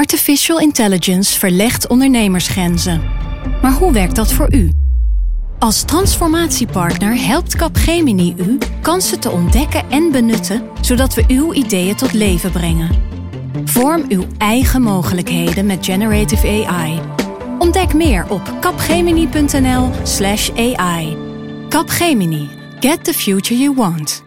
Artificial intelligence verlegt ondernemersgrenzen. Maar hoe werkt dat voor u? Als transformatiepartner helpt Capgemini u kansen te ontdekken en benutten, zodat we uw ideeën tot leven brengen. Vorm uw eigen mogelijkheden met Generative AI. Ontdek meer op capgemini.nl/AI. Capgemini. Get the future you want.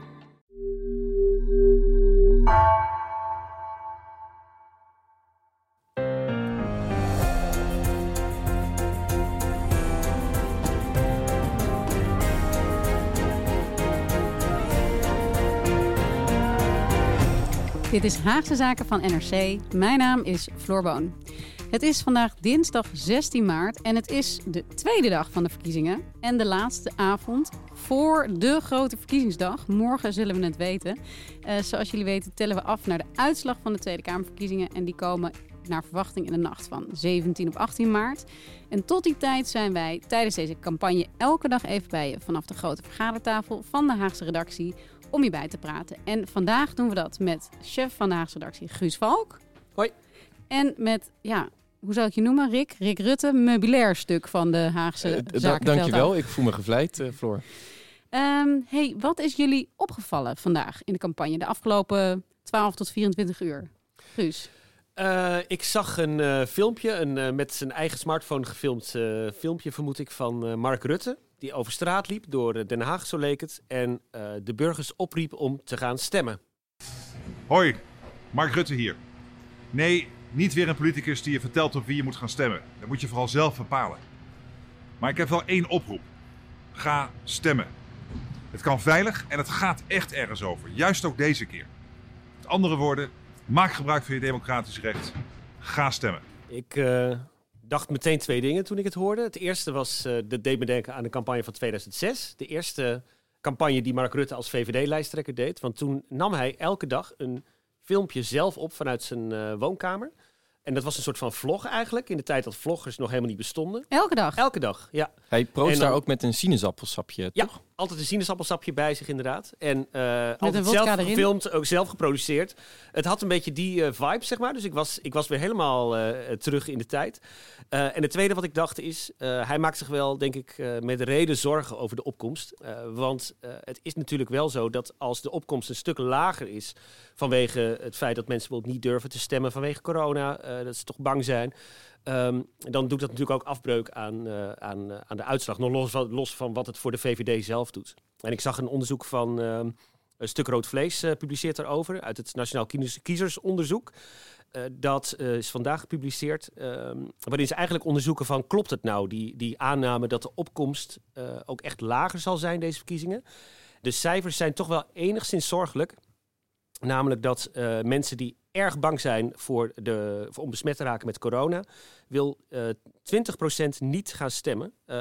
Dit is Haagse Zaken van NRC. Mijn naam is Floor Boon. Het is vandaag dinsdag 16 maart en het is de tweede dag van de verkiezingen. En de laatste avond voor de grote verkiezingsdag. Morgen zullen we het weten. Zoals jullie weten tellen we af naar de uitslag van de Tweede Kamerverkiezingen. En die komen naar verwachting in de nacht van 17 op 18 maart. En tot die tijd zijn wij tijdens deze campagne elke dag even bij je vanaf de grote vergadertafel van de Haagse redactie om je bij te praten. En vandaag doen we dat met chef van de Haagse redactie Guus Valk. Hoi. En met, hoe zou ik je noemen, Rick Rutte, meubilair stuk van de Haagse Zaken. Dankjewel, ik voel me gevleid, Floor. Wat is jullie opgevallen vandaag in de campagne, de afgelopen 12 tot 24 uur? Guus? Ik zag een filmpje, met zijn eigen smartphone gefilmd filmpje, vermoed ik, van Mark Rutte. Die over straat liep door Den Haag, zo leek het. En de burgers opriep om te gaan stemmen. Hoi, Mark Rutte hier. Nee, niet weer een politicus die je vertelt op wie je moet gaan stemmen. Dat moet je vooral zelf bepalen. Maar ik heb wel één oproep. Ga stemmen. Het kan veilig en het gaat echt ergens over. Juist ook deze keer. Met andere woorden, maak gebruik van je democratisch recht. Ga stemmen. Ik dacht meteen twee dingen toen ik het hoorde. Het eerste was, dat deed me denken aan de campagne van 2006. De eerste campagne die Mark Rutte als VVD-lijsttrekker deed. Want toen nam hij elke dag een filmpje zelf op vanuit zijn woonkamer. En dat was een soort van vlog eigenlijk. In de tijd dat vloggers nog helemaal niet bestonden. Elke dag? Elke dag, ja. Hij proost daar ook met een sinaasappelsapje, ja, toch? Altijd een sinaasappelsapje bij zich inderdaad. En altijd zelf gefilmd, ook zelf geproduceerd. Het had een beetje die vibe, zeg maar. Dus ik was weer helemaal terug in de tijd. En het tweede wat ik dacht is, hij maakt zich wel, denk ik, met reden zorgen over de opkomst. Want het is natuurlijk wel zo dat als de opkomst een stuk lager is vanwege het feit dat mensen bijvoorbeeld niet durven te stemmen vanwege corona, dat ze toch bang zijn, dan doet dat natuurlijk ook afbreuk aan de uitslag. Nog los van wat het voor de VVD zelf doet. En ik zag een onderzoek van een stuk rood vlees publiceert daarover uit het Nationaal Kiezersonderzoek. Dat is vandaag gepubliceerd, waarin ze eigenlijk onderzoeken van klopt het nou, die aanname dat de opkomst ook echt lager zal zijn deze verkiezingen. De cijfers zijn toch wel enigszins zorgelijk. Namelijk dat mensen die erg bang zijn om besmet te raken met corona, wil 20% niet gaan stemmen. 20%?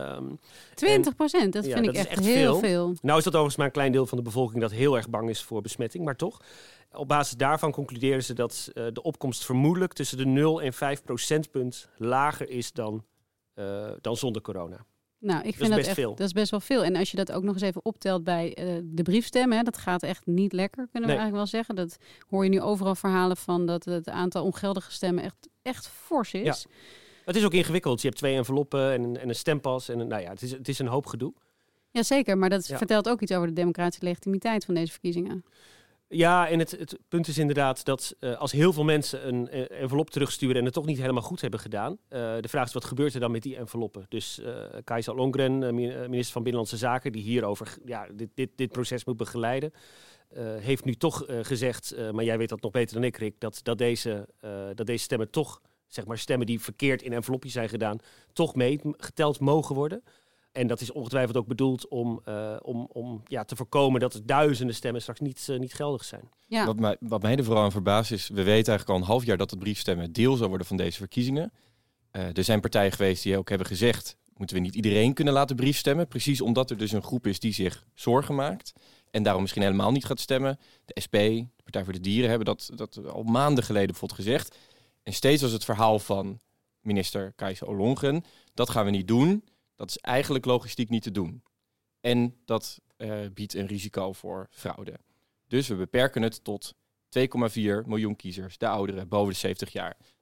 Dat vind ik echt heel veel. Nou is dat overigens maar een klein deel van de bevolking dat heel erg bang is voor besmetting, maar toch. Op basis daarvan concluderen ze dat de opkomst vermoedelijk tussen de 0 en 5 procentpunt lager is dan zonder corona. Nou, ik vind dat is best wel veel. En als je dat ook nog eens even optelt bij de briefstemmen, dat gaat echt niet lekker, kunnen we eigenlijk wel zeggen. Dat hoor je nu overal verhalen van dat het aantal ongeldige stemmen echt fors is. Ja. Het is ook ingewikkeld. Je hebt 2 enveloppen en een stempas. En het is een hoop gedoe. Jazeker, maar dat vertelt ook iets over de democratische legitimiteit van deze verkiezingen. Ja, en het punt is inderdaad dat als heel veel mensen een envelop terugsturen en het toch niet helemaal goed hebben gedaan. De vraag is, wat gebeurt er dan met die enveloppen? Dus Kajsa Ollongren, minister van Binnenlandse Zaken, die hierover dit proces moet begeleiden, heeft nu toch gezegd, maar jij weet dat nog beter dan ik, Rick, dat deze stemmen toch, zeg maar stemmen die verkeerd in envelopjes zijn gedaan, toch meegeteld mogen worden. En dat is ongetwijfeld ook bedoeld om te voorkomen dat er duizenden stemmen straks niet geldig zijn. Ja. Wat mij er vooral aan verbaast is, we weten eigenlijk al een half jaar dat het briefstemmen deel zou worden van deze verkiezingen. Er zijn partijen geweest die ook hebben gezegd, moeten we niet iedereen kunnen laten briefstemmen? Precies omdat er dus een groep is die zich zorgen maakt en daarom misschien helemaal niet gaat stemmen. De SP, de Partij voor de Dieren, hebben dat al maanden geleden bijvoorbeeld gezegd. En steeds was het verhaal van minister Kajsa Ollongren, dat gaan we niet doen. Dat is eigenlijk logistiek niet te doen. En dat biedt een risico voor fraude. Dus we beperken het tot 2,4 miljoen kiezers, de ouderen, boven de 70 jaar.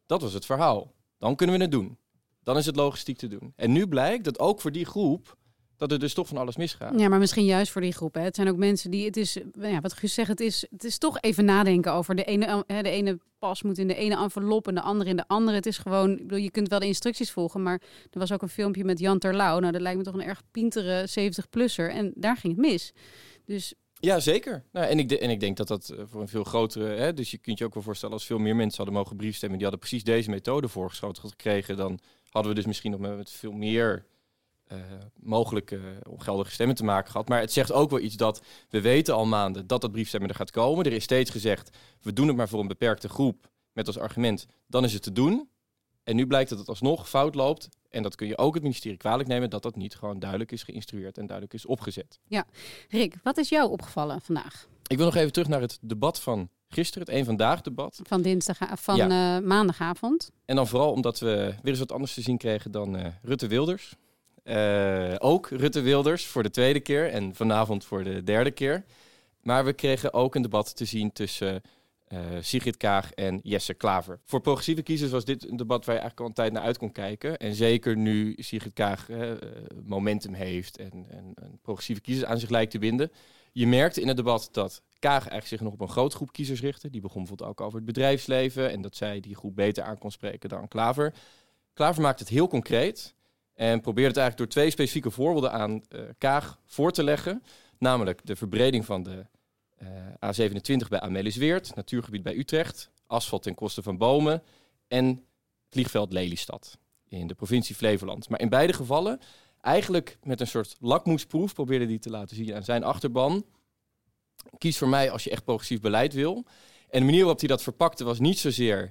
Dat was het verhaal. Dan kunnen we het doen. Dan is het logistiek te doen. En nu blijkt dat ook voor die groep dat er dus toch van alles misgaat. Ja, maar misschien juist voor die groep. Hè. Het zijn ook mensen die, wat Guus zegt, het is toch even nadenken over de ene pas moet in de ene envelop en de andere in de andere. Het is gewoon, ik bedoel, je kunt wel de instructies volgen, maar er was ook een filmpje met Jan Terlouw. Nou, dat lijkt me toch een erg pintere 70-plusser en daar ging het mis. Dus... Ja, zeker. Nou, en ik denk dat voor een veel grotere... dus je kunt je ook wel voorstellen, als veel meer mensen hadden mogen briefstemmen, die hadden precies deze methode voorgeschoten gekregen, dan hadden we dus misschien nog met veel meer mogelijke ongeldige stemmen te maken gehad. Maar het zegt ook wel iets dat we weten al maanden dat briefstemmen er gaat komen. Er is steeds gezegd, we doen het maar voor een beperkte groep met als argument, dan is het te doen. En nu blijkt dat het alsnog fout loopt. En dat kun je ook het ministerie kwalijk nemen, dat niet gewoon duidelijk is geïnstrueerd en duidelijk is opgezet. Ja, Rick, wat is jou opgevallen vandaag? Ik wil nog even terug naar het debat van gisteren, het Eén Vandaag debat. Van maandagavond. En dan vooral omdat we weer eens wat anders te zien kregen dan Rutte Wilders. Ook Rutte Wilders voor de tweede keer en vanavond voor de derde keer. Maar we kregen ook een debat te zien tussen Sigrid Kaag en Jesse Klaver. Voor progressieve kiezers was dit een debat waar je eigenlijk al een tijd naar uit kon kijken. En zeker nu Sigrid Kaag momentum heeft en progressieve kiezers aan zich lijkt te binden. Je merkte in het debat dat Kaag eigenlijk zich nog op een grote groep kiezers richtte. Die begon bijvoorbeeld ook over het bedrijfsleven en dat zij die groep beter aan kon spreken dan Klaver. Klaver maakt het heel concreet en probeert het eigenlijk door twee specifieke voorbeelden aan Kaag voor te leggen. Namelijk de verbreding van de A27 bij Amelisweert, natuurgebied bij Utrecht, asfalt ten koste van bomen en het vliegveld Lelystad in de provincie Flevoland. Maar in beide gevallen eigenlijk met een soort lakmoesproef probeerde hij te laten zien aan zijn achterban. Kies voor mij als je echt progressief beleid wil. En de manier waarop hij dat verpakte was niet zozeer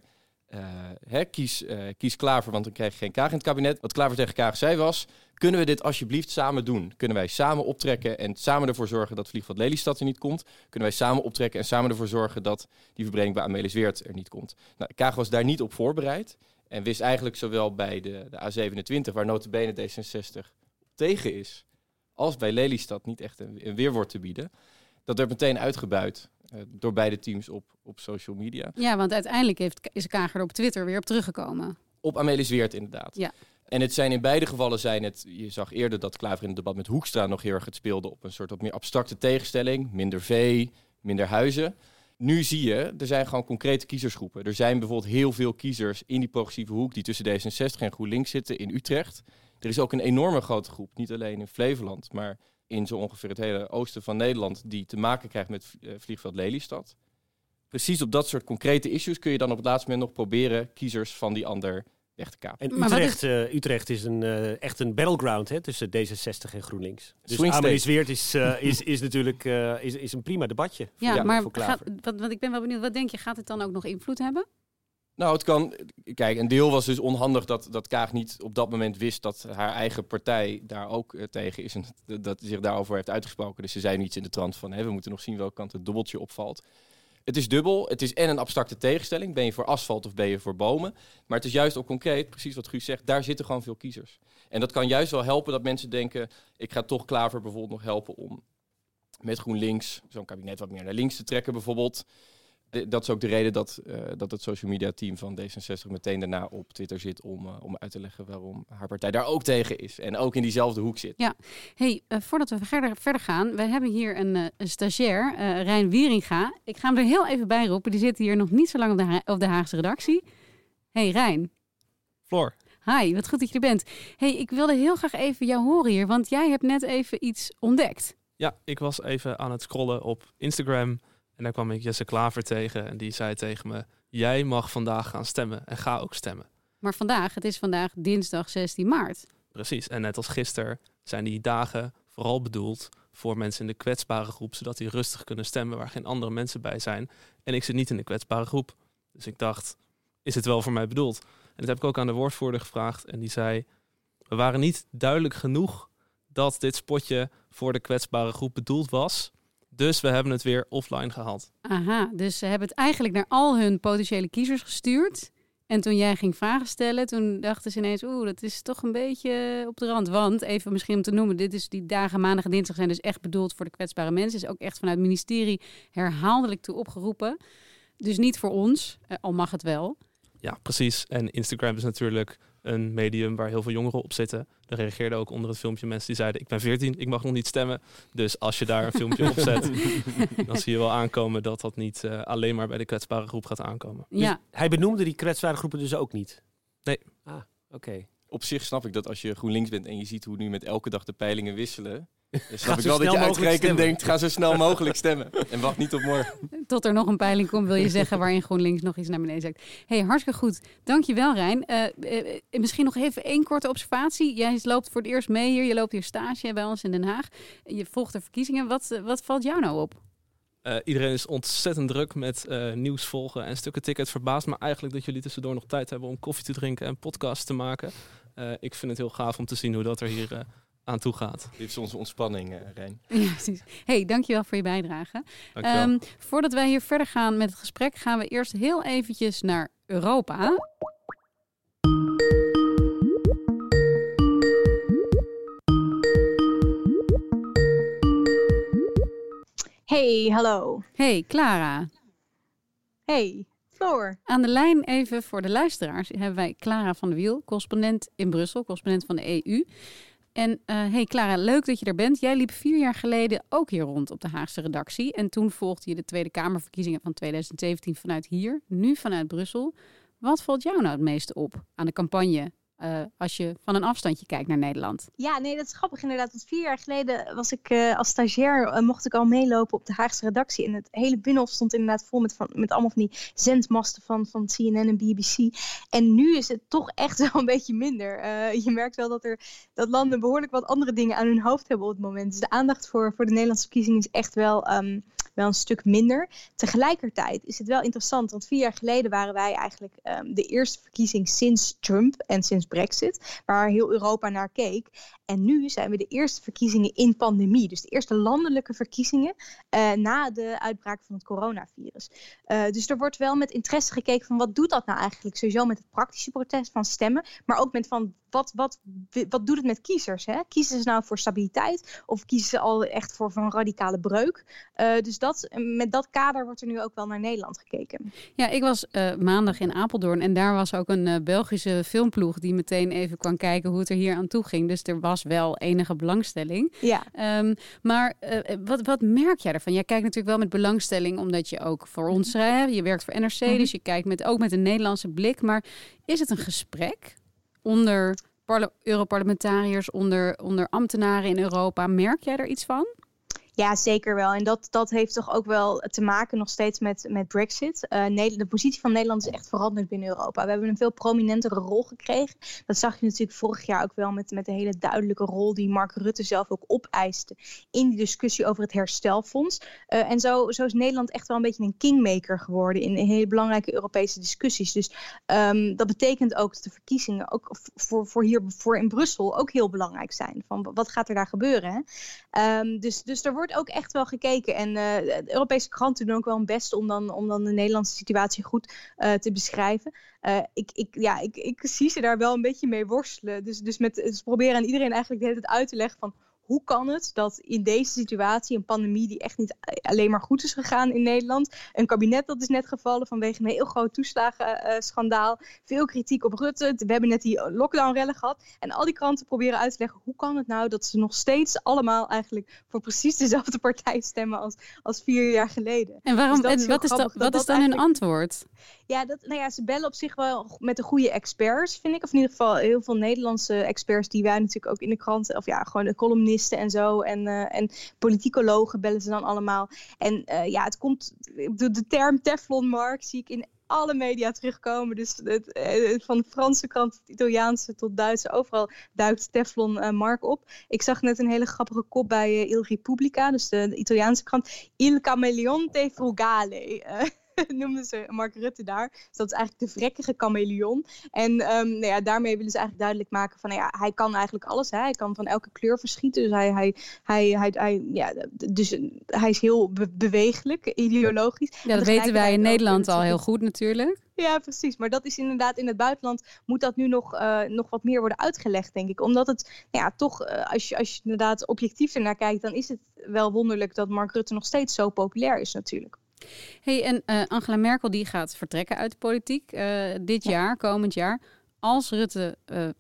kies Klaver, want dan krijg je geen Kaag in het kabinet. Wat Klaver tegen Kaag zei was, kunnen we dit alsjeblieft samen doen? Kunnen wij samen optrekken en samen ervoor zorgen dat vliegveld Lelystad er niet komt? Kunnen wij samen optrekken en samen ervoor zorgen dat die verbreding bij Amelisweert er niet komt? Nou, Kaag was daar niet op voorbereid en wist eigenlijk zowel bij de A27, waar nota bene D66 tegen is, als bij Lelystad niet echt een weerwoord te bieden. Dat werd meteen uitgebuit door beide teams op social media. Ja, want uiteindelijk is Kaag er op Twitter weer op teruggekomen. Op Amelisweert inderdaad. Ja. En in beide gevallen je zag eerder dat Klaver in het debat met Hoekstra nog heel erg het speelde op een soort wat meer abstracte tegenstelling. Minder vee, minder huizen. Nu zie je, er zijn gewoon concrete kiezersgroepen. Er zijn bijvoorbeeld heel veel kiezers in die progressieve hoek die tussen D66 en GroenLinks zitten in Utrecht. Er is ook een enorme grote groep, niet alleen in Flevoland, maar in zo ongeveer het hele oosten van Nederland, die te maken krijgt met vliegveld Lelystad. Precies op dat soort concrete issues kun je dan op het laatste moment nog proberen kiezers van die ander weg te kapen. En Utrecht is echt een battleground tussen D66 en GroenLinks. Dus Amelisweert is natuurlijk is een prima debatje voor Klaver. Want ik ben wel benieuwd, wat denk je, gaat het dan ook nog invloed hebben? Nou, het kan. Kijk, een deel was dus onhandig dat Kaag niet op dat moment wist dat haar eigen partij daar ook tegen is en dat zich daarover heeft uitgesproken. Dus ze zei iets in de trant van, we moeten nog zien welke kant het dubbeltje opvalt. Het is dubbel. Het is en een abstracte tegenstelling. Ben je voor asfalt of ben je voor bomen? Maar het is juist ook concreet, precies wat Guus zegt, daar zitten gewoon veel kiezers. En dat kan juist wel helpen dat mensen denken, ik ga toch Klaver bijvoorbeeld nog helpen om met GroenLinks zo'n kabinet wat meer naar links te trekken bijvoorbeeld. Dat is ook de reden dat het social media team van D66 meteen daarna op Twitter zit om uit te leggen waarom haar partij daar ook tegen is. En ook in diezelfde hoek zit. Ja, voordat we verder gaan, we hebben hier een stagiair, Rijn Wieringa. Ik ga hem er heel even bij roepen. Die zit hier nog niet zo lang op de Haagse redactie. Hey Rijn. Floor. Hi, wat goed dat je er bent. Ik wilde heel graag even jou horen hier, want jij hebt net even iets ontdekt. Ja, ik was even aan het scrollen op Instagram. En daar kwam ik Jesse Klaver tegen en die zei tegen me, jij mag vandaag gaan stemmen en ga ook stemmen. Maar het is vandaag dinsdag 16 maart. Precies, en net als gisteren zijn die dagen vooral bedoeld voor mensen in de kwetsbare groep, zodat die rustig kunnen stemmen waar geen andere mensen bij zijn. En ik zit niet in de kwetsbare groep. Dus ik dacht, is het wel voor mij bedoeld? En dat heb ik ook aan de woordvoerder gevraagd en die zei, we waren niet duidelijk genoeg dat dit spotje voor de kwetsbare groep bedoeld was. Dus we hebben het weer offline gehaald. Aha, dus ze hebben het eigenlijk naar al hun potentiële kiezers gestuurd. En toen jij ging vragen stellen, toen dachten ze ineens, dat is toch een beetje op de rand. Want, even misschien om te noemen, dit is die dagen maandag en dinsdag zijn dus echt bedoeld voor de kwetsbare mensen. Is ook echt vanuit het ministerie herhaaldelijk toe opgeroepen. Dus niet voor ons, al mag het wel. Ja, precies. En Instagram is natuurlijk een medium waar heel veel jongeren op zitten. Er reageerden ook onder het filmpje mensen die zeiden... ik ben 14, ik mag nog niet stemmen. Dus als je daar een filmpje op zet... dan zie je wel aankomen dat dat niet alleen maar bij de kwetsbare groep gaat aankomen. Ja. Dus hij benoemde die kwetsbare groepen dus ook niet? Nee. Oké. Op zich snap ik dat als je GroenLinks bent en je ziet hoe nu met elke dag de peilingen wisselen... Dan snap ik zo wel dat snel je mogelijk uitgerekend stemmen. denkt, ga zo snel mogelijk stemmen. En wacht niet op morgen. Tot er nog een peiling komt, wil je zeggen, waarin GroenLinks nog iets naar beneden zakt. Hey, hartstikke goed. Dankjewel, Rijn. Misschien nog even één korte observatie. Jij loopt voor het eerst mee hier. Je loopt hier stage bij ons in Den Haag. Je volgt de verkiezingen. Wat valt jou nou op? Iedereen is ontzettend druk met nieuws volgen en stukken ticket. Verbaast me eigenlijk dat jullie tussendoor nog tijd hebben om koffie te drinken en podcasts te maken. Ik vind het heel gaaf om te zien hoe dat er hier aan toe gaat. Dit is onze ontspanning, Rijn. Ja, precies. Hey, dankjewel voor je bijdrage. Dankjewel. Voordat wij hier verder gaan met het gesprek, gaan we eerst heel eventjes naar Europa. Hey, hallo. Hey, Clara. Hey, Floor. Aan de lijn even voor de luisteraars hebben wij Clara van der Wiel, correspondent in Brussel, correspondent van de EU. En hey Clara, leuk dat je er bent. Jij liep 4 jaar geleden ook hier rond op de Haagse redactie. En toen volgde je de Tweede Kamerverkiezingen van 2017 vanuit hier, nu vanuit Brussel. Wat valt jou nou het meeste op aan de campagne als je van een afstandje kijkt naar Nederland? Ja, nee, dat is grappig inderdaad. Want 4 jaar geleden was ik als stagiair, mocht ik al meelopen op de Haagse redactie. En het hele binnenhof stond inderdaad vol met allemaal van die zendmasten van CNN en BBC. En nu is het toch echt wel een beetje minder. Je merkt wel dat landen behoorlijk wat andere dingen aan hun hoofd hebben op het moment. Dus de aandacht voor de Nederlandse verkiezingen is echt wel een stuk minder. Tegelijkertijd is het wel interessant, want 4 jaar geleden waren wij eigenlijk de eerste verkiezing sinds Trump en sinds Brexit, waar heel Europa naar keek. En nu zijn we de eerste verkiezingen in pandemie. Dus de eerste landelijke verkiezingen na de uitbraak van het coronavirus. Dus er wordt wel met interesse gekeken van wat doet dat nou eigenlijk? Sowieso met het praktische proces van stemmen, maar ook met van wat doet het met kiezers? Hè? Kiezen ze nou voor stabiliteit of kiezen ze al echt voor een radicale breuk? Dus met dat kader wordt er nu ook wel naar Nederland gekeken. Ja, ik was maandag in Apeldoorn en daar was ook een Belgische filmploeg die meteen even kwam kijken hoe het er hier aan toe ging. Dus er was wel enige belangstelling. Ja. Maar wat merk jij ervan? Jij kijkt natuurlijk wel met belangstelling, omdat je ook voor ons schrijft. Je werkt voor NRC, dus je kijkt ook met een Nederlandse blik. Maar is het een gesprek onder Europarlementariërs, onder ambtenaren in Europa? Merk jij er iets van? Ja, zeker wel. En dat heeft toch ook wel te maken nog steeds met Brexit. De positie van Nederland is echt veranderd binnen Europa. We hebben een veel prominentere rol gekregen. Dat zag je natuurlijk vorig jaar ook wel met de hele duidelijke rol die Mark Rutte zelf ook opeiste in die discussie over het herstelfonds. En zo is Nederland echt wel een beetje een kingmaker geworden in hele belangrijke Europese discussies. Dus dat betekent ook dat de verkiezingen ook voor in Brussel ook heel belangrijk zijn. Van wat gaat er daar gebeuren? Hè? Dus er wordt ook echt wel gekeken. En de Europese kranten doen ook wel hun best om dan de Nederlandse situatie goed te beschrijven. Ik zie ze daar wel een beetje mee worstelen. Dus ze proberen aan iedereen eigenlijk de hele tijd uit te leggen van hoe kan het dat in deze situatie, een pandemie die echt niet alleen maar goed is gegaan in Nederland, een kabinet dat is net gevallen vanwege een heel groot toeslagenschandaal, veel kritiek op Rutte, we hebben net die lockdownrellen gehad en al die kranten proberen uit te leggen hoe kan het nou dat ze nog steeds allemaal eigenlijk voor precies dezelfde partij stemmen als 4 jaar geleden. En waarom? Dus En wat is dan hun antwoord? Ja, ze bellen op zich wel met de goede experts, vind ik. Of in ieder geval heel veel Nederlandse experts die wij natuurlijk ook in de kranten, of ja, gewoon de columnisten en zo. En politicologen bellen ze dan allemaal. En het komt, de term Teflon-Mark zie ik in alle media terugkomen. Dus van de Franse krant, het Italiaanse tot Duitse, overal duikt Teflon-Mark op. Ik zag net een hele grappige kop bij Il Repubblica, dus de Italiaanse krant. Il Camaleonte Frugale. Noemden ze Mark Rutte daar. Dus dat is eigenlijk de vrekkige chameleon. En daarmee willen ze eigenlijk duidelijk maken van hij kan eigenlijk alles. Hè? Hij kan van elke kleur verschieten. Dus hij is heel bewegelijk, ideologisch. Ja, dat weten wij in Nederland al heel goed natuurlijk. Ja, precies. Maar dat is inderdaad in het buitenland moet dat nu nog wat meer worden uitgelegd, denk ik. Omdat het toch, als je inderdaad objectief ernaar kijkt, dan is het wel wonderlijk dat Mark Rutte nog steeds zo populair is natuurlijk. Hey, en Angela Merkel die gaat vertrekken uit de politiek dit jaar, komend jaar. Als Rutte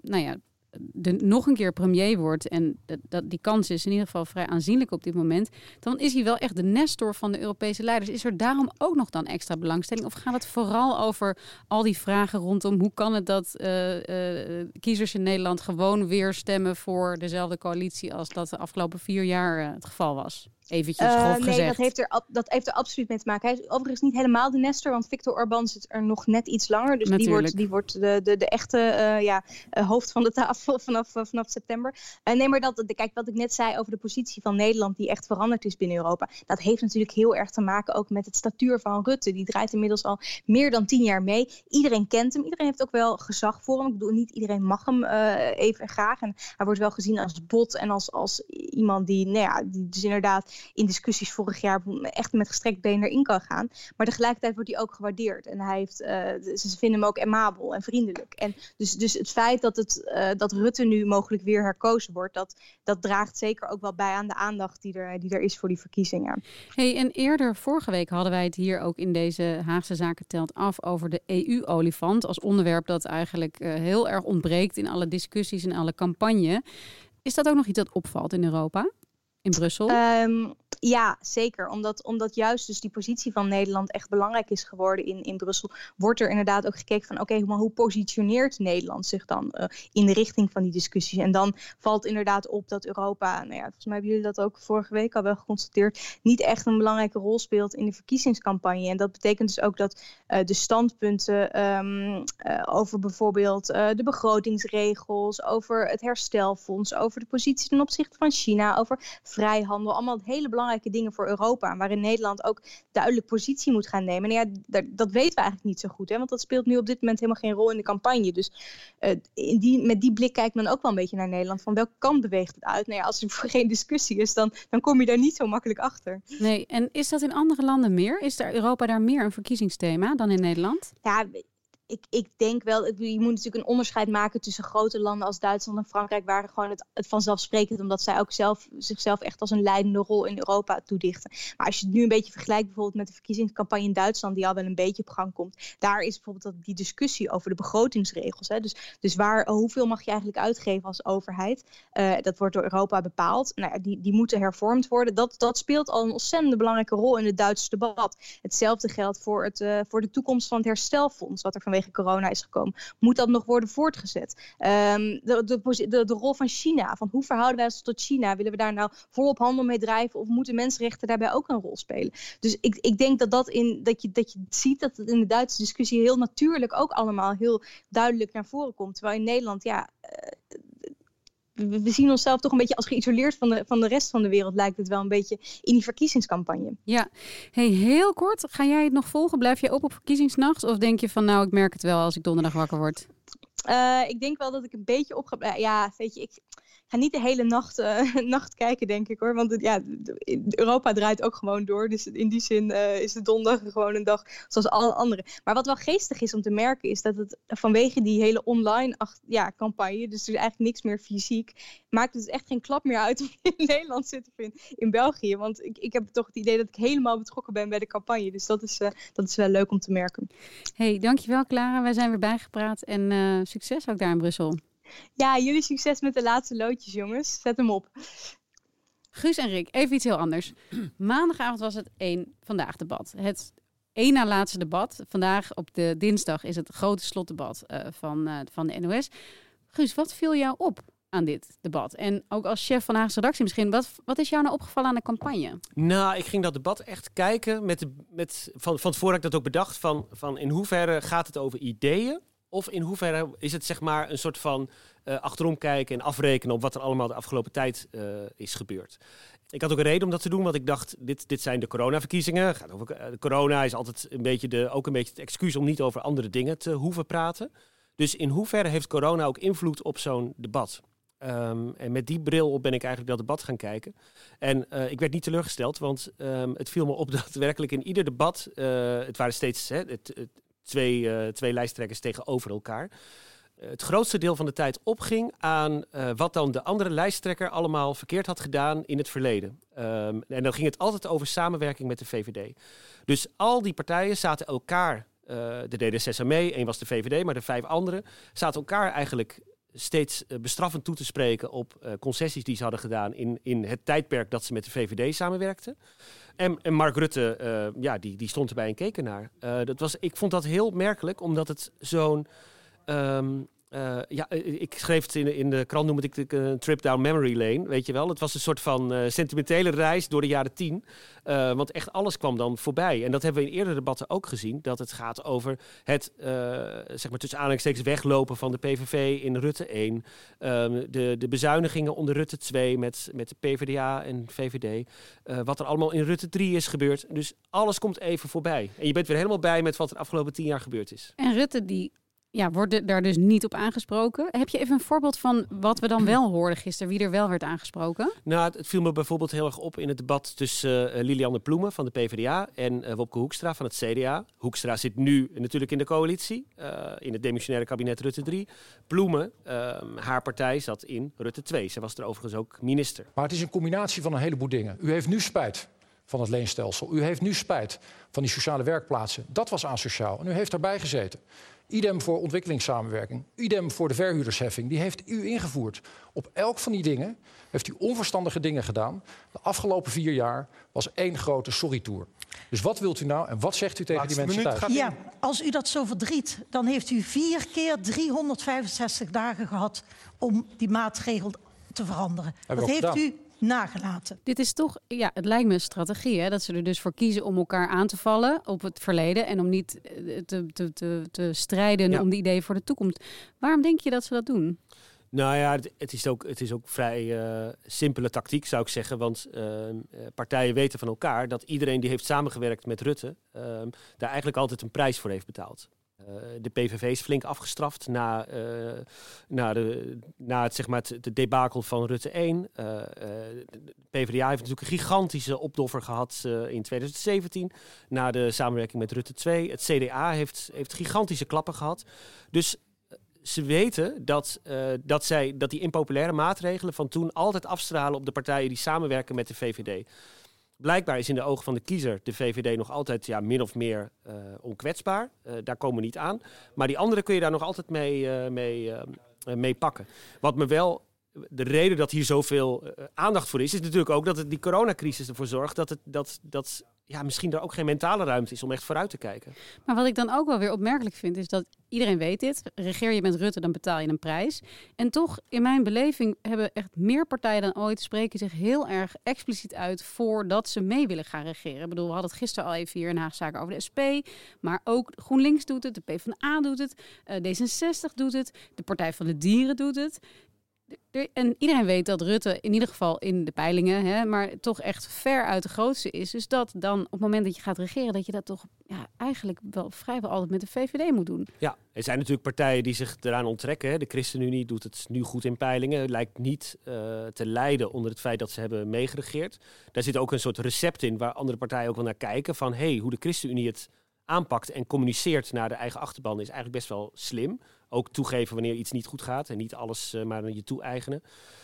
nog een keer premier wordt, en die kans is in ieder geval vrij aanzienlijk op dit moment, dan is hij wel echt de nestor van de Europese leiders. Is er daarom ook nog dan extra belangstelling? Of gaat het vooral over al die vragen rondom hoe kan het dat kiezers in Nederland gewoon weer stemmen voor dezelfde coalitie als dat de afgelopen 4 jaar het geval was? Eventjes grof gezegd. Nee, dat heeft er absoluut mee te maken. Hij is overigens niet helemaal de nestor, want Viktor Orbán zit er nog net iets langer. Dus die wordt de echte hoofd van de tafel vanaf september. Nee, maar kijk, wat ik net zei over de positie van Nederland, die echt veranderd is binnen Europa, dat heeft natuurlijk heel erg te maken ook met het statuur van Rutte. Die draait inmiddels al meer dan 10 jaar mee. Iedereen kent hem. Iedereen heeft ook wel gezag voor hem. Ik bedoel, niet iedereen mag hem even graag. En hij wordt wel gezien als bot en als iemand die dus inderdaad in discussies vorig jaar echt met gestrekt been erin kan gaan. Maar tegelijkertijd wordt hij ook gewaardeerd. En hij heeft, ze vinden hem ook amabel en vriendelijk. En dus het feit dat Rutte nu mogelijk weer herkozen wordt, dat draagt zeker ook wel bij aan de aandacht die er is voor die verkiezingen. Hey, en eerder vorige week hadden wij het hier ook in deze Haagse Zaken telt af over de EU-olifant als onderwerp dat eigenlijk heel erg ontbreekt in alle discussies en alle campagne. Is dat ook nog iets dat opvalt in Europa? In Brussel? Ja, zeker. Omdat juist dus die positie van Nederland echt belangrijk is geworden in Brussel, wordt er inderdaad ook gekeken van oké, maar hoe positioneert Nederland zich dan in de richting van die discussies? En dan valt inderdaad op dat Europa, volgens mij hebben jullie dat ook vorige week al wel geconstateerd, niet echt een belangrijke rol speelt in de verkiezingscampagne. En dat betekent dus ook dat de standpunten over bijvoorbeeld de begrotingsregels, over het herstelfonds, over de positie ten opzichte van China, over vrijhandel, allemaal hele belangrijke dingen voor Europa, waarin Nederland ook duidelijk positie moet gaan nemen. En dat weten we eigenlijk niet zo goed, want dat speelt nu op dit moment helemaal geen rol in de campagne. Dus met die blik kijkt men ook wel een beetje naar Nederland, van welke kant beweegt het uit? Als er geen discussie is, dan kom je daar niet zo makkelijk achter. Nee, en is dat in andere landen meer? Is Europa daar meer een verkiezingsthema dan in Nederland? Ja, ik denk wel, je moet natuurlijk een onderscheid maken tussen grote landen als Duitsland en Frankrijk, waar gewoon het vanzelfsprekend, omdat zij ook zichzelf echt als een leidende rol in Europa toedichten. Maar als je het nu een beetje vergelijkt bijvoorbeeld met de verkiezingscampagne in Duitsland, die al wel een beetje op gang komt, daar is bijvoorbeeld die discussie over de begrotingsregels. Dus hoeveel mag je eigenlijk uitgeven als overheid? Dat wordt door Europa bepaald. Die moeten hervormd worden. Dat speelt al een ontzettend belangrijke rol in het Duitse debat. Hetzelfde geldt voor de toekomst van het herstelfonds, wat er vanwege corona is gekomen. Moet dat nog worden voortgezet? De rol van China. Van hoe verhouden wij ons tot China? Willen we daar nou volop handel mee drijven? Of moeten mensenrechten daarbij ook een rol spelen? Dus ik denk dat je ziet dat het in de Duitse discussie heel natuurlijk ook allemaal heel duidelijk naar voren komt. Terwijl in Nederland, we zien onszelf toch een beetje als geïsoleerd van de rest van de wereld, lijkt het wel een beetje in die verkiezingscampagne. Ja. Hey, heel kort, ga jij het nog volgen? Blijf je op verkiezingsnacht? Of denk je van ik merk het wel als ik donderdag wakker word? Ik denk wel dat ik een beetje op ga. Ja, weet je, ik ga niet de hele nacht kijken, denk ik hoor. Want Europa draait ook gewoon door. Dus in die zin is de donderdag gewoon een dag zoals alle andere. Maar wat wel geestig is om te merken, is dat het vanwege die hele online campagne, dus er is eigenlijk niks meer fysiek, maakt het echt geen klap meer uit of je in Nederland zit of in België. Want ik heb toch het idee dat ik helemaal betrokken ben bij de campagne. Dus dat is wel leuk om te merken. Hey, dankjewel Clara. Wij zijn weer bijgepraat en succes ook daar in Brussel. Ja, jullie succes met de laatste loodjes, jongens. Zet hem op. Guus en Rick, even iets heel anders. Maandagavond was het Vandaag debat. Het één na laatste debat. Vandaag op de dinsdag is het grote slotdebat van de NOS. Guus, wat viel jou op aan dit debat? En ook als chef van de Haagse redactie misschien. Wat is jou nou opgevallen aan de campagne? Nou, ik ging dat debat echt kijken. Van tevoren heb ik dat ook bedacht. Van in hoeverre gaat het over ideeën? Of in hoeverre is het zeg maar een soort van achterom kijken en afrekenen op wat er allemaal de afgelopen tijd is gebeurd. Ik had ook een reden om dat te doen, want ik dacht, dit zijn de coronaverkiezingen. Corona is altijd ook een beetje het excuus om niet over andere dingen te hoeven praten. Dus in hoeverre heeft corona ook invloed op zo'n debat? En met die bril op ben ik eigenlijk dat debat gaan kijken. En ik werd niet teleurgesteld, want het viel me op dat werkelijk in ieder debat, het waren steeds twee lijsttrekkers tegenover elkaar. het grootste deel van de tijd opging aan wat dan de andere lijsttrekker allemaal verkeerd had gedaan in het verleden. En dan ging het altijd over samenwerking met de VVD. Dus al die partijen zaten elkaar, de D66 mee, één was de VVD, maar de 5 anderen zaten elkaar eigenlijk steeds bestraffend toe te spreken op concessies die ze hadden gedaan in het tijdperk dat ze met de VVD samenwerkten. En Mark Rutte, die stond erbij en keek ernaar. Ik vond dat heel opmerkelijk, omdat het zo'n... ik schreef het in de krant, noemde ik het een trip down memory lane, weet je wel. Het was een soort van sentimentele reis door de jaren 10. Want echt alles kwam dan voorbij. En dat hebben we in eerdere debatten ook gezien. Dat het gaat over het, zeg maar tussen aanhalingstekens, weglopen van de PVV in Rutte 1. De bezuinigingen onder Rutte 2 met de PvdA en VVD. Wat er allemaal in Rutte 3 is gebeurd. Dus alles komt even voorbij. En je bent weer helemaal bij met wat er de afgelopen 10 jaar gebeurd is. En Rutte wordt daar dus niet op aangesproken. Heb je even een voorbeeld van wat we dan wel hoorden gisteren? Wie er wel werd aangesproken? Nou, het viel me bijvoorbeeld heel erg op in het debat tussen Lilianne Ploemen van de PvdA en Wopke Hoekstra van het CDA. Hoekstra zit nu natuurlijk in de coalitie, in het demissionaire kabinet Rutte 3. Ploemen, haar partij, zat in Rutte 2. Zij was er overigens ook minister. Maar het is een combinatie van een heleboel dingen. U heeft nu spijt van het leenstelsel. U heeft nu spijt van die sociale werkplaatsen. Dat was asociaal en u heeft daarbij gezeten. Idem voor ontwikkelingssamenwerking. Idem voor de verhuurdersheffing. Die heeft u ingevoerd. Op elk van die dingen heeft u onverstandige dingen gedaan. De afgelopen 4 jaar was één grote sorry-tour. Dus wat wilt u nou en wat zegt u tegen die mensen thuis? Ja, als u dat zo verdriet, dan heeft u 4 keer 365 dagen gehad om die maatregel te veranderen. Dat heeft u nagelaten. Dit is toch, het lijkt me een strategie, hè? Dat ze er dus voor kiezen om elkaar aan te vallen op het verleden en om niet te strijden om de ideeën voor de toekomst. Waarom denk je dat ze dat doen? Nou ja, het is ook vrij simpele tactiek, zou ik zeggen. Want partijen weten van elkaar dat iedereen die heeft samengewerkt met Rutte daar eigenlijk altijd een prijs voor heeft betaald. De PVV is flink afgestraft na het, zeg maar, het debakel van Rutte 1. De PvdA heeft natuurlijk een gigantische opdoffer gehad in 2017. Na de samenwerking met Rutte 2. Het CDA heeft gigantische klappen gehad. Dus ze weten dat die impopulaire maatregelen van toen altijd afstralen op de partijen die samenwerken met de VVD. Blijkbaar is in de ogen van de kiezer de VVD nog altijd min of meer onkwetsbaar. Daar komen we niet aan. Maar die anderen kun je daar nog altijd mee pakken. Wat me wel... De reden dat hier zoveel aandacht voor is natuurlijk ook dat die coronacrisis ervoor zorgt dat misschien er ook geen mentale ruimte is om echt vooruit te kijken. Maar wat ik dan ook wel weer opmerkelijk vind, is dat iedereen weet dit. Regeer je met Rutte, dan betaal je een prijs. En toch, in mijn beleving, hebben echt meer partijen dan ooit spreken zich heel erg expliciet uit voordat ze mee willen gaan regeren. Ik bedoel, we hadden het gisteren al even hier in Haagzaken over de SP. Maar ook GroenLinks doet het, de PvdA doet het, D66 doet het, de Partij van de Dieren doet het. En iedereen weet dat Rutte in ieder geval in de peilingen, maar toch echt ver uit de grootste is. Dus dat dan op het moment dat je gaat regeren, dat je dat toch eigenlijk wel vrijwel altijd met de VVD moet doen. Ja, er zijn natuurlijk partijen die zich eraan onttrekken. Hè. De ChristenUnie doet het nu goed in peilingen. Lijkt niet te lijden onder het feit dat ze hebben meegeregeerd. Daar zit ook een soort recept in waar andere partijen ook wel naar kijken. Van hoe de ChristenUnie het aanpakt en communiceert naar de eigen achterban is eigenlijk best wel slim. Ook toegeven wanneer iets niet goed gaat en niet alles maar naar je toe-eigenen.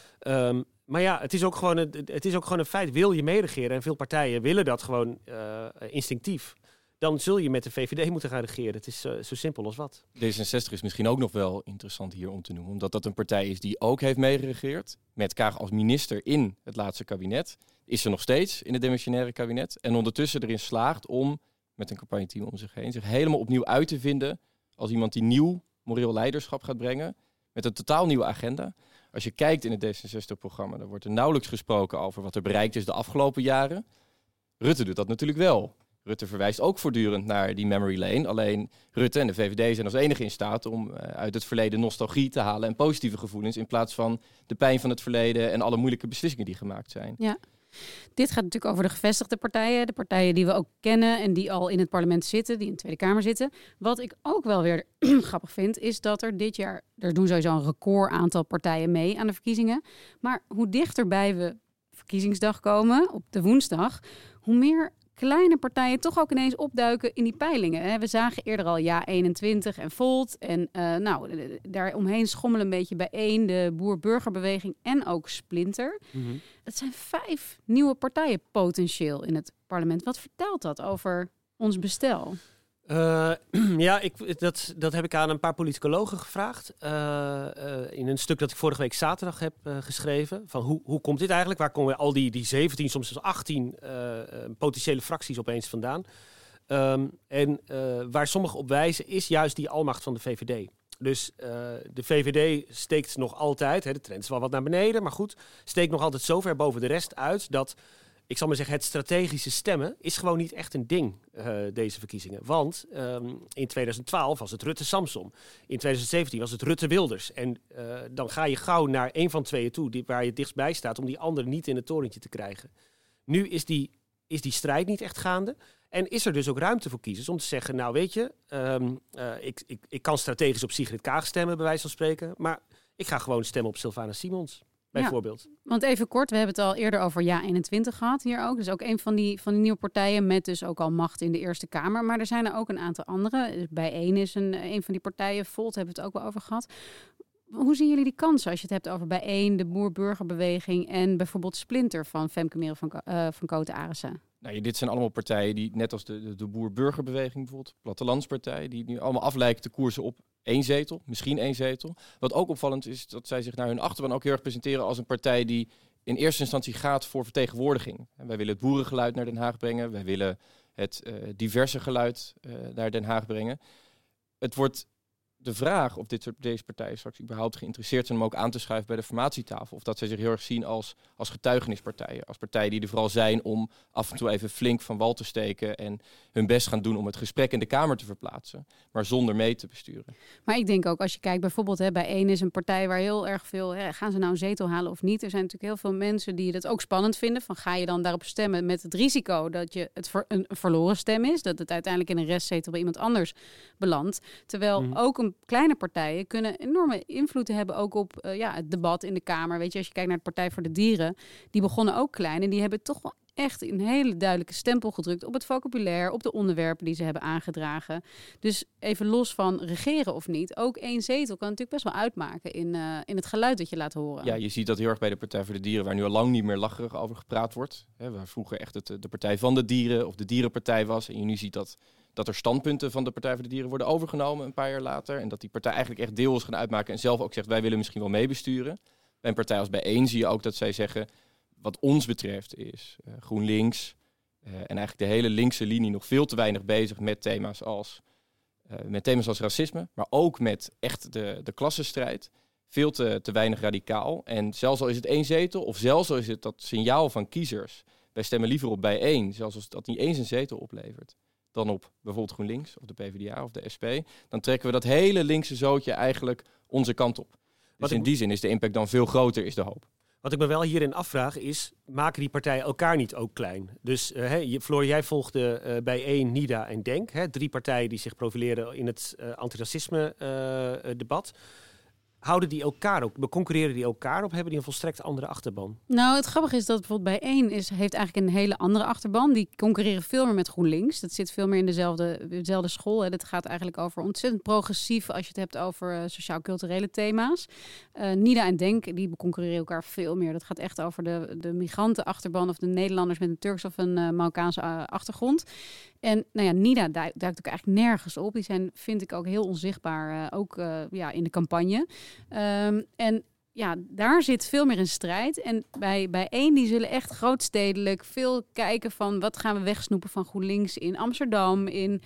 Maar ja, het is ook gewoon een feit. Wil je meeregeren en veel partijen willen dat gewoon instinctief, dan zul je met de VVD moeten gaan regeren. Het is zo simpel als wat. D66 is misschien ook nog wel interessant hier om te noemen, omdat dat een partij is die ook heeft meegeregeerd. Met Kaag als minister in het laatste kabinet. Is ze nog steeds in het demissionaire kabinet. En ondertussen erin slaagt om, met een campagneteam om zich heen, zich helemaal opnieuw uit te vinden als iemand die nieuw moreel leiderschap gaat brengen. Met een totaal nieuwe agenda. Als je kijkt in het D66-programma, dan wordt er nauwelijks gesproken over wat er bereikt is de afgelopen jaren. Rutte doet dat natuurlijk wel. Rutte verwijst ook voortdurend naar die memory lane. Alleen Rutte en de VVD zijn als enige in staat om uit het verleden nostalgie te halen en positieve gevoelens in plaats van de pijn van het verleden en alle moeilijke beslissingen die gemaakt zijn. Ja. Dit gaat natuurlijk over de gevestigde partijen. De partijen die we ook kennen en die al in het parlement zitten, die in de Tweede Kamer zitten. Wat ik ook wel weer grappig vind, is dat er dit jaar, er doen sowieso een record aantal partijen mee aan de verkiezingen. Maar hoe dichterbij we verkiezingsdag komen, op de woensdag, hoe meer kleine partijen toch ook ineens opduiken in die peilingen. We zagen eerder al Ja21 en Volt. En daar omheen schommelen een beetje bijeen de boer-burgerbeweging en ook Splinter. Mm-hmm. Dat zijn 5 nieuwe partijen potentieel in het parlement. Wat vertelt dat over ons bestel? Dat heb ik aan een paar politicologen gevraagd. In een stuk dat ik vorige week zaterdag heb geschreven. Van hoe komt dit eigenlijk? Waar komen al die 17, soms 18 potentiële fracties opeens vandaan? Waar sommigen op wijzen is juist die almacht van de VVD. Dus de VVD steekt nog altijd, de trend is wel wat naar beneden, maar goed, steekt nog altijd zo ver boven de rest uit dat, ik zal maar zeggen, het strategische stemmen is gewoon niet echt een ding, deze verkiezingen. Want in 2012 was het Rutte-Samson. In 2017 was het Rutte-Wilders. En dan ga je gauw naar een van tweeën toe, waar je het dichtstbij staat, om die andere niet in het torentje te krijgen. Nu is die strijd niet echt gaande. En is er dus ook ruimte voor kiezers om te zeggen, nou weet je, ik kan strategisch op Sigrid Kaag stemmen, bij wijze van spreken. Maar ik ga gewoon stemmen op Sylvana Simons, bijvoorbeeld. Ja, want even kort, we hebben het al eerder over Ja21 gehad hier ook. Dus ook een van die nieuwe partijen met dus ook al macht in de Eerste Kamer. Maar er zijn er ook een aantal andere. Bijeen is een van die partijen. Volt hebben we het ook wel over gehad. Hoe zien jullie die kansen als je het hebt over Bijeen, de boer-burgerbeweging en bijvoorbeeld Splinter van Femke Merel van Koten-Arissen? Nou, dit zijn allemaal partijen die, net als de boer-burgerbeweging bijvoorbeeld, Plattelandspartij, die nu allemaal aflijken te koersen op 1 zetel, misschien 1 zetel. Wat ook opvallend is, dat zij zich naar hun achterban ook heel erg presenteren als een partij die in eerste instantie gaat voor vertegenwoordiging. En wij willen het boerengeluid naar Den Haag brengen, wij willen het diverse geluid naar Den Haag brengen. Het wordt de vraag of deze partijen straks überhaupt geïnteresseerd zijn om ook aan te schuiven bij de formatietafel. Of dat zij zich heel erg zien als getuigenispartijen. Als partijen die er vooral zijn om af en toe even flink van wal te steken en hun best gaan doen om het gesprek in de Kamer te verplaatsen, maar zonder mee te besturen. Maar ik denk ook, als je kijkt bijvoorbeeld Bijeen is een partij waar heel erg veel, gaan ze nou een zetel halen of niet? Er zijn natuurlijk heel veel mensen die het ook spannend vinden. Van ga je dan daarop stemmen met het risico dat je een verloren stem is, dat het uiteindelijk in een restzetel bij iemand anders belandt. Terwijl ook een kleine partijen kunnen enorme invloed hebben ook op het debat in de Kamer. Weet je, als je kijkt naar de Partij voor de Dieren, die begonnen ook klein en die hebben toch wel echt een hele duidelijke stempel gedrukt op het vocabulaire, op de onderwerpen die ze hebben aangedragen. Dus even los van regeren of niet, ook 1 zetel kan natuurlijk best wel uitmaken in het geluid dat je laat horen. Ja, je ziet dat heel erg bij de Partij voor de Dieren, waar nu al lang niet meer lacherig over gepraat wordt. Waar vroeger echt de Partij van de Dieren of de Dierenpartij was. En je nu ziet dat er standpunten van de Partij voor de Dieren worden overgenomen een paar jaar later. En dat die partij eigenlijk echt deel is gaan uitmaken en zelf ook zegt, wij willen misschien wel meebesturen. Bij een partij als Bijeen zie je ook dat zij zeggen, wat ons betreft is GroenLinks en eigenlijk de hele linkse linie nog veel te weinig bezig met thema's als racisme, maar ook met echt de klassenstrijd. Veel te weinig radicaal. En zelfs al is het 1 zetel, of zelfs al is het dat signaal van kiezers, wij stemmen liever op Bijeen, zelfs als dat niet eens een zetel oplevert, dan op bijvoorbeeld GroenLinks of de PvdA of de SP, dan trekken we dat hele linkse zootje eigenlijk onze kant op. Dus in die zin is de impact dan veel groter, is de hoop. Wat ik me wel hierin afvraag is, maken die partijen elkaar niet ook klein? Dus Floor, jij volgde Bijeen, NIDA en DENK. 3 partijen die zich profileren in het antiracisme debat. Houden die elkaar ook? Concurreren die elkaar op? Hebben die een volstrekt andere achterban? Nou, het grappige is dat bijvoorbeeld Bijeen heeft eigenlijk een hele andere achterban. Die concurreren veel meer met GroenLinks. Dat zit veel meer in dezelfde school. Dat gaat eigenlijk over ontzettend progressief als je het hebt over sociaal-culturele thema's. NIDA en DENK, die concurreren elkaar veel meer. Dat gaat echt over de migrantenachterban of de Nederlanders met een Turks of een Marokkaanse achtergrond. En NIDA duikt ook eigenlijk nergens op. Die zijn, vind ik, ook heel onzichtbaar, ook in de campagne. En daar zit veel meer een strijd. En bij Bijeen, die zullen echt grootstedelijk veel kijken van wat gaan we wegsnoepen van GroenLinks in Amsterdam, in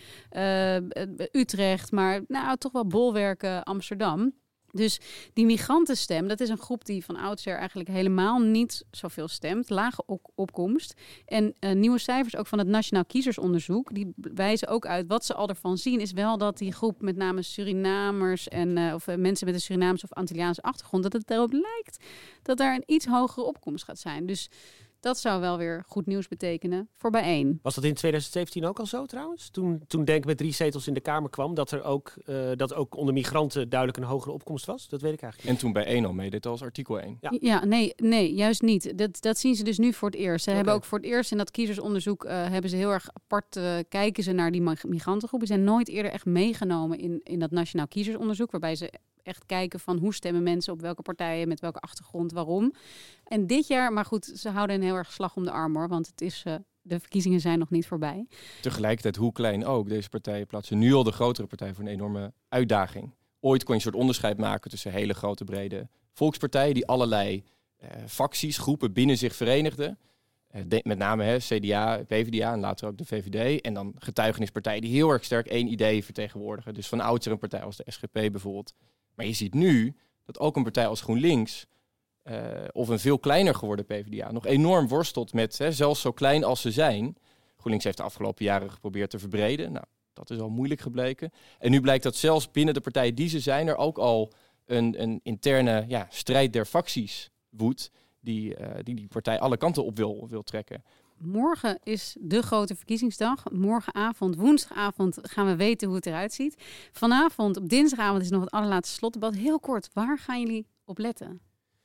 Utrecht, maar toch wel bolwerken Amsterdam. Dus die migrantenstem, dat is een groep die van oudsher eigenlijk helemaal niet zoveel stemt. Lage opkomst. En nieuwe cijfers ook van het Nationaal Kiezersonderzoek, die wijzen ook uit wat ze al ervan zien, is wel dat die groep met name Surinamers of mensen met een Surinaamse of Antilliaanse achtergrond, dat het daarop lijkt dat daar een iets hogere opkomst gaat zijn. Dus dat zou wel weer goed nieuws betekenen voor bijeen. Was dat in 2017 ook al zo trouwens? Toen Denk met 3 zetels in de Kamer kwam, dat ook onder migranten duidelijk een hogere opkomst was? Dat weet ik eigenlijk niet. En toen bijeen al meedeed als artikel 1. Ja, nee, juist niet. Dat zien ze dus nu voor het eerst. Ze hebben ook voor het eerst in dat kiezersonderzoek hebben ze heel erg apart kijken ze naar die migrantengroepen. Ze zijn nooit eerder echt meegenomen in dat nationaal kiezersonderzoek, waarbij ze echt kijken van hoe stemmen mensen op welke partijen, met welke achtergrond, waarom. En dit jaar, maar goed, ze houden een heel erg slag om de arm hoor, want het is, de verkiezingen zijn nog niet voorbij. Tegelijkertijd, hoe klein ook, deze partijen plaatsen nu al de grotere partij voor een enorme uitdaging. Ooit kon je een soort onderscheid maken tussen hele grote, brede volkspartijen die allerlei facties, groepen binnen zich verenigden. Met name CDA, PvdA en later ook de VVD. En dan getuigenispartijen die heel erg sterk één idee vertegenwoordigen. Dus van oudsher een partij als de SGP bijvoorbeeld. Maar je ziet nu dat ook een partij als GroenLinks of een veel kleiner geworden PvdA nog enorm worstelt met, zelfs zo klein als ze zijn. GroenLinks heeft de afgelopen jaren geprobeerd te verbreden. Nou, dat is al moeilijk gebleken. En nu blijkt dat zelfs binnen de partijen die ze zijn er ook al een interne strijd der facties woedt. Die partij alle kanten op wil trekken. Morgen is de grote verkiezingsdag. Morgenavond, woensdagavond gaan we weten hoe het eruit ziet. Vanavond, op dinsdagavond, is nog het allerlaatste slotdebat. Heel kort, waar gaan jullie op letten?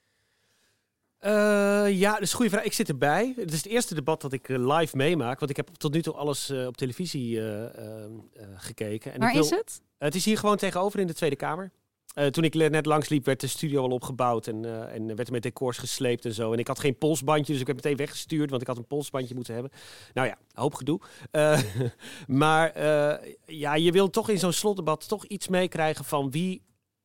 Dat is een goede vraag. Ik zit erbij. Het is het eerste debat dat ik live meemaak. Want ik heb tot nu toe alles op televisie gekeken. En waar is het? Het is hier gewoon tegenover in de Tweede Kamer. Toen ik net langs liep, werd de studio al opgebouwd en werd er met decors gesleept en zo. En ik had geen polsbandje, dus ik heb meteen weggestuurd, want ik had een polsbandje moeten hebben. Nou ja, hoop gedoe. Maar je wil toch in zo'n slotdebat toch iets meekrijgen van wie...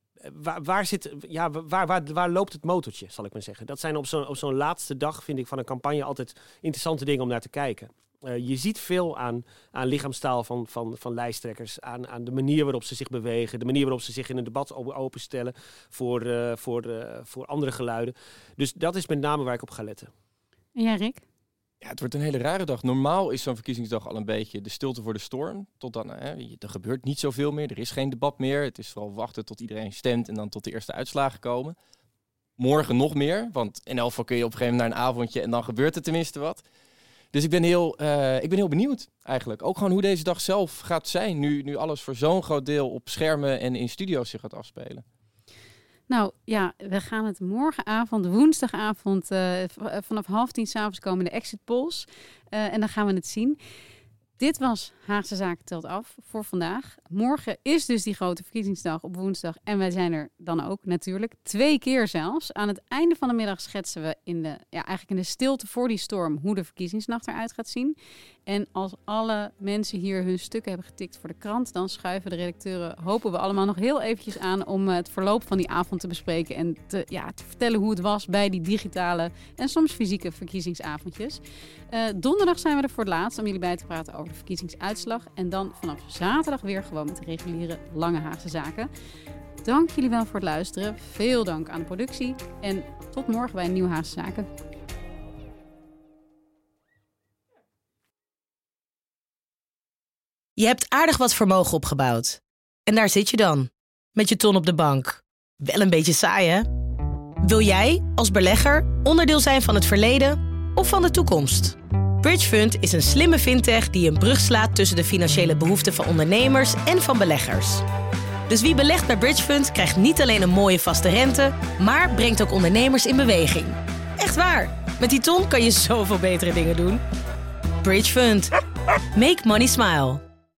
Waar loopt het motortje, zal ik maar zeggen. Dat zijn op zo'n laatste dag, vind ik, van een campagne altijd interessante dingen om naar te kijken. Je ziet veel aan lichaamstaal van lijsttrekkers, aan de manier waarop ze zich bewegen, de manier waarop ze zich in een debat openstellen voor andere geluiden. Dus dat is met name waar ik op ga letten. En jij, Rick? Ja, het wordt een hele rare dag. Normaal is zo'n verkiezingsdag al een beetje de stilte voor de storm. Tot dan, er gebeurt niet zoveel meer, er is geen debat meer. Het is vooral wachten tot iedereen stemt en dan tot de eerste uitslagen komen. Morgen nog meer, want in elk geval kun je op een gegeven moment naar een avondje en dan gebeurt er tenminste wat. Dus ik ben heel benieuwd eigenlijk. Ook gewoon hoe deze dag zelf gaat zijn. Nu alles voor zo'n groot deel op schermen en in studio's zich gaat afspelen. Nou ja, we gaan het morgenavond, woensdagavond, vanaf 9:30 s'avonds komen de exit polls. En dan gaan we het zien. Dit was Haagse Zaken telt af voor vandaag. Morgen is dus die grote verkiezingsdag op woensdag. En wij zijn er dan ook natuurlijk 2 keer zelfs. Aan het einde van de middag schetsen we eigenlijk in de stilte voor die storm hoe de verkiezingsnacht eruit gaat zien. En als alle mensen hier hun stukken hebben getikt voor de krant, dan schuiven de redacteuren, hopen we allemaal nog heel eventjes aan om het verloop van die avond te bespreken en te vertellen hoe het was bij die digitale en soms fysieke verkiezingsavondjes. Donderdag zijn we er voor het laatst om jullie bij te praten over de verkiezingsuitslag. En dan vanaf zaterdag weer gewoon met de reguliere Lange Haagse Zaken. Dank jullie wel voor het luisteren. Veel dank aan de productie. En tot morgen bij een nieuwe Haagse Zaken. Je hebt aardig wat vermogen opgebouwd. En daar zit je dan, met je ton op de bank. Wel een beetje saai, hè? Wil jij, als belegger, onderdeel zijn van het verleden of van de toekomst? Bridgefund is een slimme fintech die een brug slaat tussen de financiële behoeften van ondernemers en van beleggers. Dus wie belegt bij Bridgefund krijgt niet alleen een mooie vaste rente, maar brengt ook ondernemers in beweging. Echt waar, met die ton kan je zoveel betere dingen doen. Bridgefund. Make money smile.